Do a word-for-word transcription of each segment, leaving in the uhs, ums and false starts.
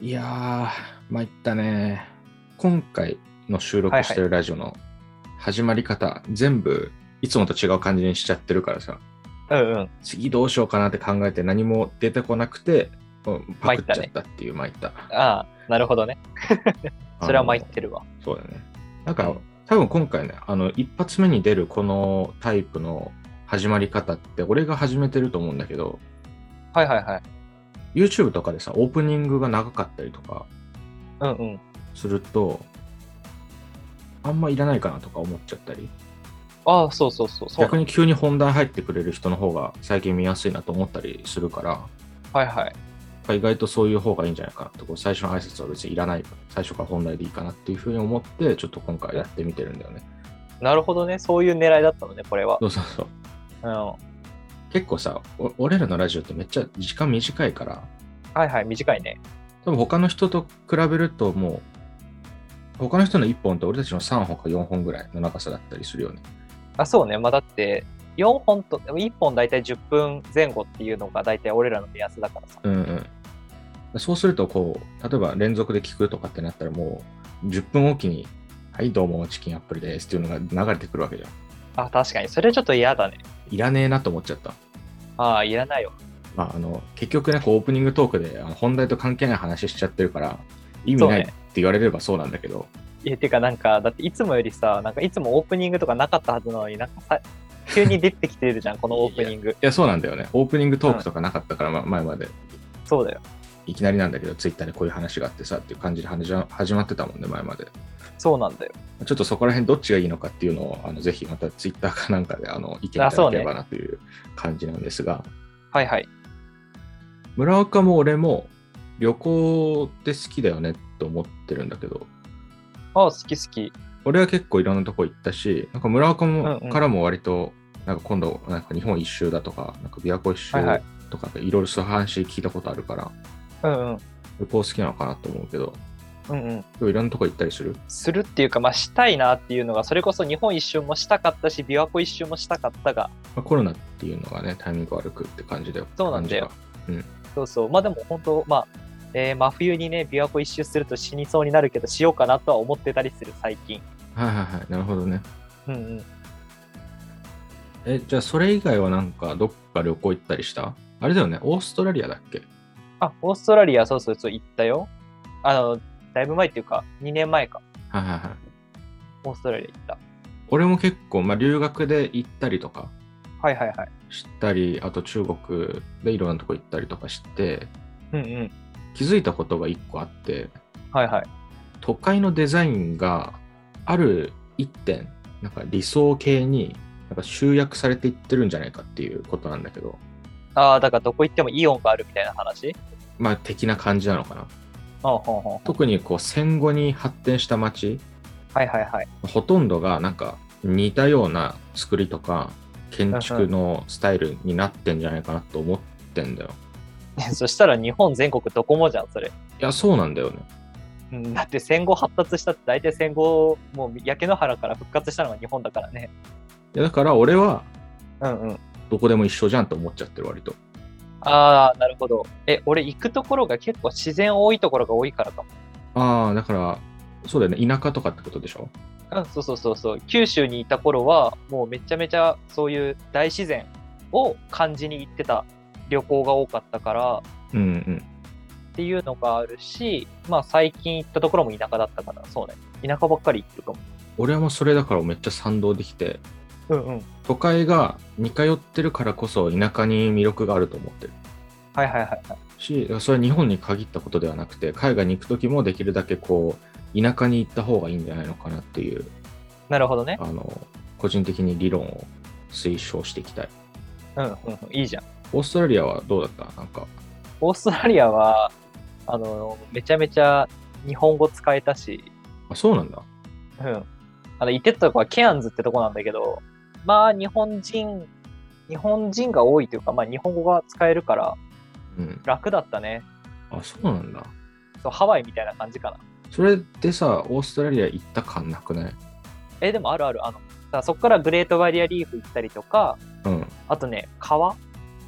いやー、参ったね。今回の収録してるラジオの始まり方、はいはい、全部いつもと違う感じにしちゃってるからさ、 うんうん。 次どうしようかなって考えて何も出てこなくて、パクっちゃったっていう参った。 ね、ああ、なるほどね。それは参ってるわ。 そうだね。なんか、うん、多分今回ね、あの、一発目に出るこのタイプの始まり方って俺が始めてると思うんだけど、 はいはいはい。 YouTube とかでさ、オープニングが長かったりとかうんうん。 すると、あんまいらないかなとか思っちゃったり。 ああ、そうそうそう。そう逆に急に本題入ってくれる人の方が最近見やすいなと思ったりするから、 はいはい。 意外とそういう方がいいんじゃないかなと、こう最初の挨拶は別にいらないから、最初から本題でいいかなっていうふうに思って、ちょっと今回やってみてるんだよね。 なるほどね。そういう狙いだったのね、これは。 そうそうそう。 うん。 結構さ、俺らのラジオってめっちゃ時間短いから、 はいはい、短いね。 多分他の人と比べるともう、他の人のいっぽんと俺たちのさんほんかよんほんぐらいの長さだったりするよね。 あ、そうね。まあだって、よんほんと、いっぽんだいたいじゅっぷんぜん後っていうのがだいたい俺らの目安だからさ。 うんうん。そうすると、こう、例えば連続で聞くとかってなったらもう、じゅっぷんおきに、はい、どうも、チキンアップルですっていうのが流れてくるわけじゃん。 あ、確かに。それちょっと嫌だね。 いらねえなと思っちゃった。 ああ、いらないよ。 まあ、あの、結局ね、こうオープニングトークであの本題と関係ない話しちゃってるから、意味ないって言われればそうなんだけど。 いや、てかなんか、だっていつもよりさ、なんかいつもオープニングとかなかったはずなのに、なんかさ、急に出てきてるじゃん、このオープニング。いや、いやそうなんだよね。オープニングトークとかなかったから、うん、前まで。 そうだよ。 いきなりなんだけど、ツイッターでこういう話があってさっていう感じで始まってたもんね、前まで。 そうなんだよ。 ちょっとそこら辺どっちがいいのかっていうのを、あのぜひまたツイッターかなんかであの意見いただければなという感じなんですが。 はいはい。 村岡も俺も旅行って好きだよねと思ってるんだけど。 ああ、好き好き。 俺は結構いろんなとこ行ったし、なんか村岡も、うんうん、からも割と、なんか今度、なんか日本一周だとか、なんか琵琶湖一周とか、いろいろそういう話聞いたことあるから、 うんうん、 旅行好きなのかなと思うけど、 うんうん、 いろんなとこ行ったりするするっていうか、まあしたいなっていうのが、それこそ日本一周もしたかったし、琵琶湖一周もしたかったが、 まあ、コロナっていうのがね、タイミング悪くって感じだよ。 そうなんだよ。 うん、 そうそう。まあでも本当、まあ、えー、真冬にね、琵琶湖一周すると死にそうになるけど、しようかなとは思ってたりする、最近。 はいはいはい、なるほどね。 うんうん。 え、じゃあそれ以外はなんかどっか旅行行ったりした？あれだよね、オーストラリアだっけ？ あ、オーストラリア、そうそうそう、行ったよ。あの、だいぶ前っていうか、にねんまえか。 はいはいはい。 オーストラリア行った。 俺も結構、まあ、留学で行ったりとか。 はいはいはい。 知ったり、あと中国でいろんなとこ行ったりとかして、 うんうん。 気づいたことが一個あって、 はいはい。 都会のデザインがある一点、なんか理想系になんか集約されていってるんじゃないかっていうことなんだけど。 ああ、だからどこ行ってもイオンがあるみたいな話？ まあ、的な感じなのかな。 ああ、ほんほんほん。 特にこう戦後に発展した街、 はいはいはい。 ほとんどがなんか似たような作りとか建築のスタイルになってんじゃないかなと思ってんだよ。 そしたら日本全国どこもじゃん、それ。 いや、そうなんだよね。 うん、だって戦後発達したって大体戦後もう焼け野原から復活したのが日本だからね。 いやだから俺はうんうん。 どこでも一緒じゃんと思っちゃってる割と。 ああ、なるほど。え、俺行くところが結構自然多いところが多いからかも。 ああ、だからそうだよね、田舎とかってことでしょ？ うん、そうそうそうそう。九州にいた頃はもうめちゃめちゃそういう大自然を感じに行ってた旅行が多かったから、 うんうん、 っていうのがあるし、まあ最近行ったところも田舎だったから、そうね。田舎ばっかり行ってるかも。 俺はもうそれだからめっちゃ賛同できて、 うんうん。 都会が似通ってるからこそ田舎に魅力があると思ってる。 はいはいはいはい。 し、それは日本に限ったことではなくて、海外に行くときもできるだけこう、田舎に行った方がいいんじゃないのかなっていう。 なるほどね。 あの、個人的に理論を推奨していきたい。 うんうんうん。いいじゃん。 オーストラリアはどうだった？なんか。 オーストラリアは、あの、めちゃめちゃ日本語使えたし、 あ、そうなんだ。 うん。あの、行ってたとこはケアンズってとこなんだけど、まあ日本人、日本人が多いというか、まあ日本語が使えるから、楽だったね、 うん。あ、そうなんだ。 そう、ハワイみたいな感じかな。 それでさ、オーストラリア行った感なくない？ え、でもあるある。あの、さそこからグレートバリアリーフ行ったりとか、 うん。 あとね、川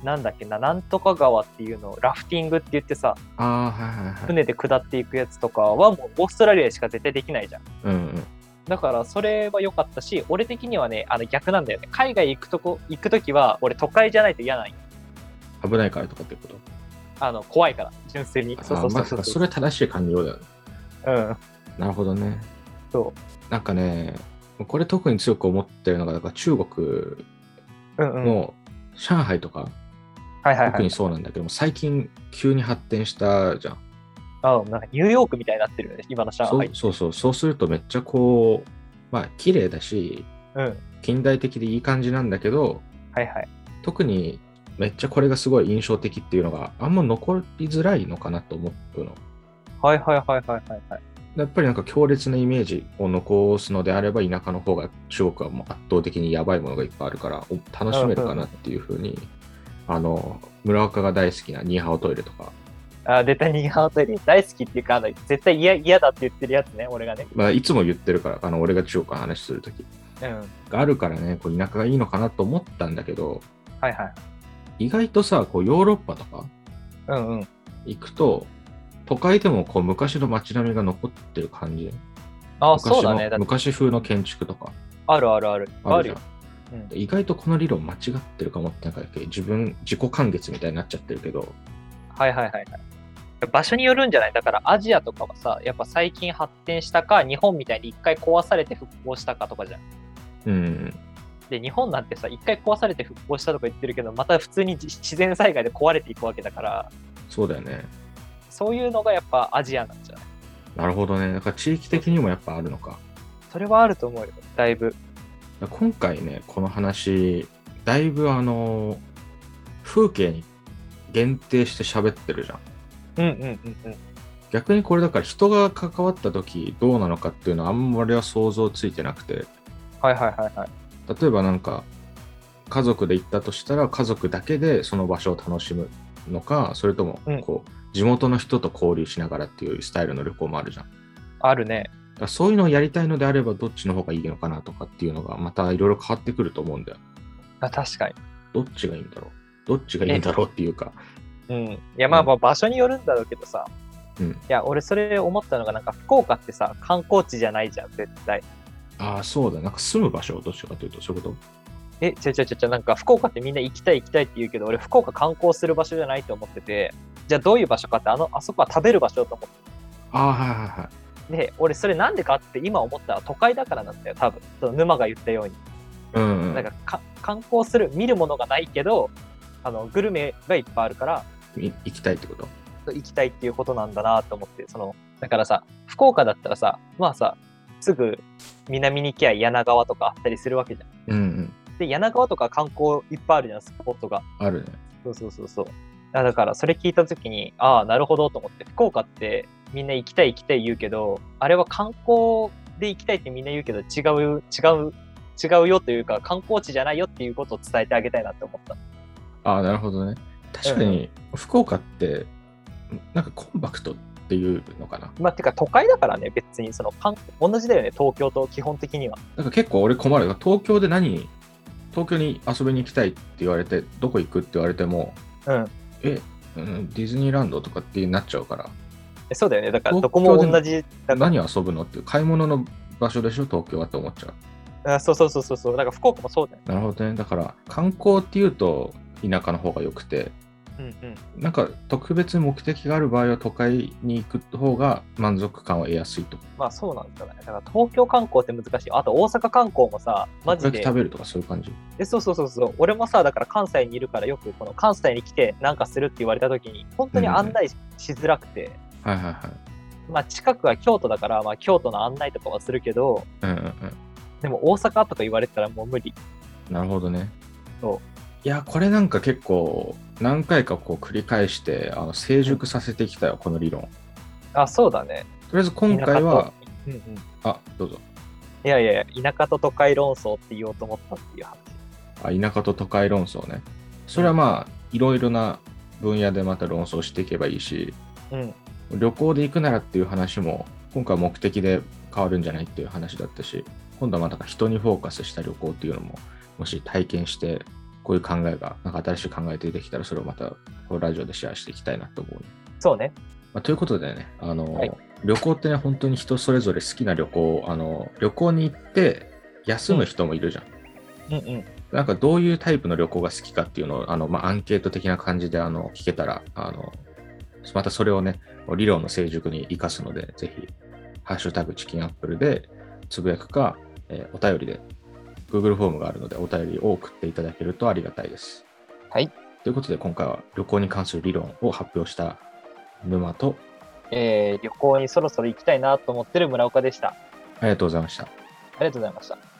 なんだっけな、なんとか川っていうのをラフティングって言ってさ、 ああ、はいはいはい。 船で下っていくやつとかはもうオーストラリアでしか絶対できないじゃん。 うんうん。 だからそれは良かったし、俺的にはね、あの逆なんだよね。海外行くとこ、行くときは、俺都会じゃないと嫌なんよ。 危ないからとかってこと？ あの、怖いから、純粋に。そうそうそうそう。 まあ、それは正しい感情だよね。 うん。 なるほどね。 そう。 なんかね、これ特に強く思ってるのが、だから中国の上海とか、うんうん、はいはいはい、特にそうなんだけども、最近急に発展したじゃん。 あ、なんかニューヨークみたいになってるよね、今の上海。 そうそうそう、そうするとめっちゃこう、まあ綺麗だし、うん、近代的でいい感じなんだけど、 はいはい、 特にめっちゃこれがすごい印象的っていうのがあんま残りづらいのかなと思うの。 はいはいはいはいはいはい。 やっぱりなんか強烈なイメージを残すのであれば田舎の方が中国はもう圧倒的にやばいものがいっぱいあるから楽しめるかなっていうふうに、うんうん、あの村岡が大好きなニーハオトイレとか。 あ、絶対ニーハオトイレ大好きっていうか、絶対嫌嫌だって言ってるやつね、俺がね。 まあいつも言ってるから、あの俺が中国の話するとき、うん、があるからね、こう田舎がいいのかなと思ったんだけど、 はいはい。 意外とさ、こうヨーロッパとか、うんうん、行くと。都会でもこう昔の街並みが残ってる感じ。 あ、そうだね。 昔風の建築とか。 あるあるある。あるよ。 うん、意外とこの理論間違ってるかもって、なんか自分、自己完結みたいになっちゃってるけど。 はいはいはいはい。場所によるんじゃない？だからアジアとかはさ、やっぱ最近発展したか、日本みたいに一回壊されて復興したかとかじゃん。うん。で、日本なんてさ、一回壊されて復興したとか言ってるけど、また普通に自然災害で壊れていくわけだから。 そうだよね。 そういうのがやっぱアジアなんじゃない？ なるほどね。だから地域的にもやっぱあるのか。 それはあると思うよ、だいぶ。 今回ね、この話、だいぶあの、風景に限定して喋ってるじゃん。 うんうんうんうん。 逆にこれだから人が関わった時どうなのかっていうのはあんまりは想像ついてなくて。 はいはいはいはい。 例えばなんか、家族で行ったとしたら家族だけでその場所を楽しむのか、それともこう、うん、地元の人と交流しながらっていうスタイルの旅行もあるじゃん。 あるね。 だからそういうのをやりたいのであればどっちの方がいいのかなとかっていうのがまたいろいろ変わってくると思うんだよ。 あ、確かに。 どっちがいいんだろうどっちがいいんだろうっていうか。 うん。いやまあまあ場所によるんだろうけどさ。うん。いや俺それ思ったのがなんか福岡ってさ観光地じゃないじゃん絶対。 ああそうだ。なんか住む場所どっちかというとそういうこと？ え、ちゃちゃちゃちゃ、なんか福岡ってみんな行きたい行きたいって言うけど、俺福岡観光する場所じゃないと思ってて、じゃあどういう場所かって、あの、あそこは食べる場所だと思って。 ああ、はいはいはい。 で、俺それなんでかって今思ったら都会だからなんだよ、多分。その沼が言ったように。うんうん。なんかか観光する、見るものがないけど、あの、グルメがいっぱいあるから。 行きたいってこと？ 行きたいっていうことなんだなと思って、その、だからさ、福岡だったらさ、まあさ、すぐ南に行きゃ柳川とかあったりするわけじゃん。うんうん。で、柳川とか観光いっぱいあるじゃん、スポットが。 あるね。 そうそうそうそう。だからそれ聞いたときに、ああ、なるほどと思って、福岡ってみんな行きたい行きたい言うけど、あれは観光で行きたいってみんな言うけど、違う、違う、違うよというか、観光地じゃないよっていうことを伝えてあげたいなって思った。 ああ、なるほどね。確かに、福岡って、なんかコンパクトっていうのかな。 まあ、てか都会だからね、別にその、同じだよね、東京と基本的には。 なんか結構俺困る。東京で何東京に遊びに行きたいって言われて、どこ行くって言われても、うん、え、うん、ディズニーランドとかってなっちゃうから。 そうだよね。だからどこも同じ。 何遊ぶのっていう買い物の場所でしょ、東京はって思っちゃう。 あ、そうそうそうそう。だから福岡もそうだよね。 なるほどね。だから観光っていうと田舎の方が良くて、うんうん、なんか特別目的がある場合は都会に行く方が満足感を得やすいと。 まあそうなんだよね。だから東京観光って難しい。あと大阪観光もさ、マジで。 食べるとかそういう感じ？ え、そうそうそうそう。俺もさ、だから関西にいるからよくこの関西に来てなんかするって言われた時に本当に案内 し,、うんうん、しづらくて。はいはいはい。まあ近くは京都だから、まあ京都の案内とかはするけど、うんうんうん、でも大阪とか言われたらもう無理。 なるほどね。そう。いや、これなんか結構何回かこう繰り返してあの成熟させてきたよ、うん、この理論。 あ、そうだね。 とりあえず今回は、うんうん、あ、どうぞ。 いやいやいや、田舎と都会論争って言おうと思ったっていう話。 あ、田舎と都会論争ね。それはまあ、いろいろな分野でまた論争していけばいいし、うん、旅行で行くならっていう話も今回目的で変わるんじゃないっていう話だったし、今度はまた人にフォーカスした旅行っていうのももし体験してこういう考えが、なんか新しい考え出てきたら、それをまたこのラジオでシェアしていきたいなと思う。 そうね。 まあ、ということでね、あの、 はい、 旅行ってね、本当に人それぞれ好きな旅行、あの旅行に行って休む人もいるじゃん。 うんうん。 なんかどういうタイプの旅行が好きかっていうのを、あのまあ、アンケート的な感じであの聞けたら、あのまたそれをね、理論の成熟に生かすので、ぜひ、ハッシュタグチキンアップルでつぶやくか、えー、お便りで、Google フォームがあるので、お便りを送っていただけるとありがたいです。 はい。 ということで、今回は旅行に関する理論を発表した沼と、 えー、旅行にそろそろ行きたいなと思ってる村岡でした。あありがとうございました。 りがとうございました。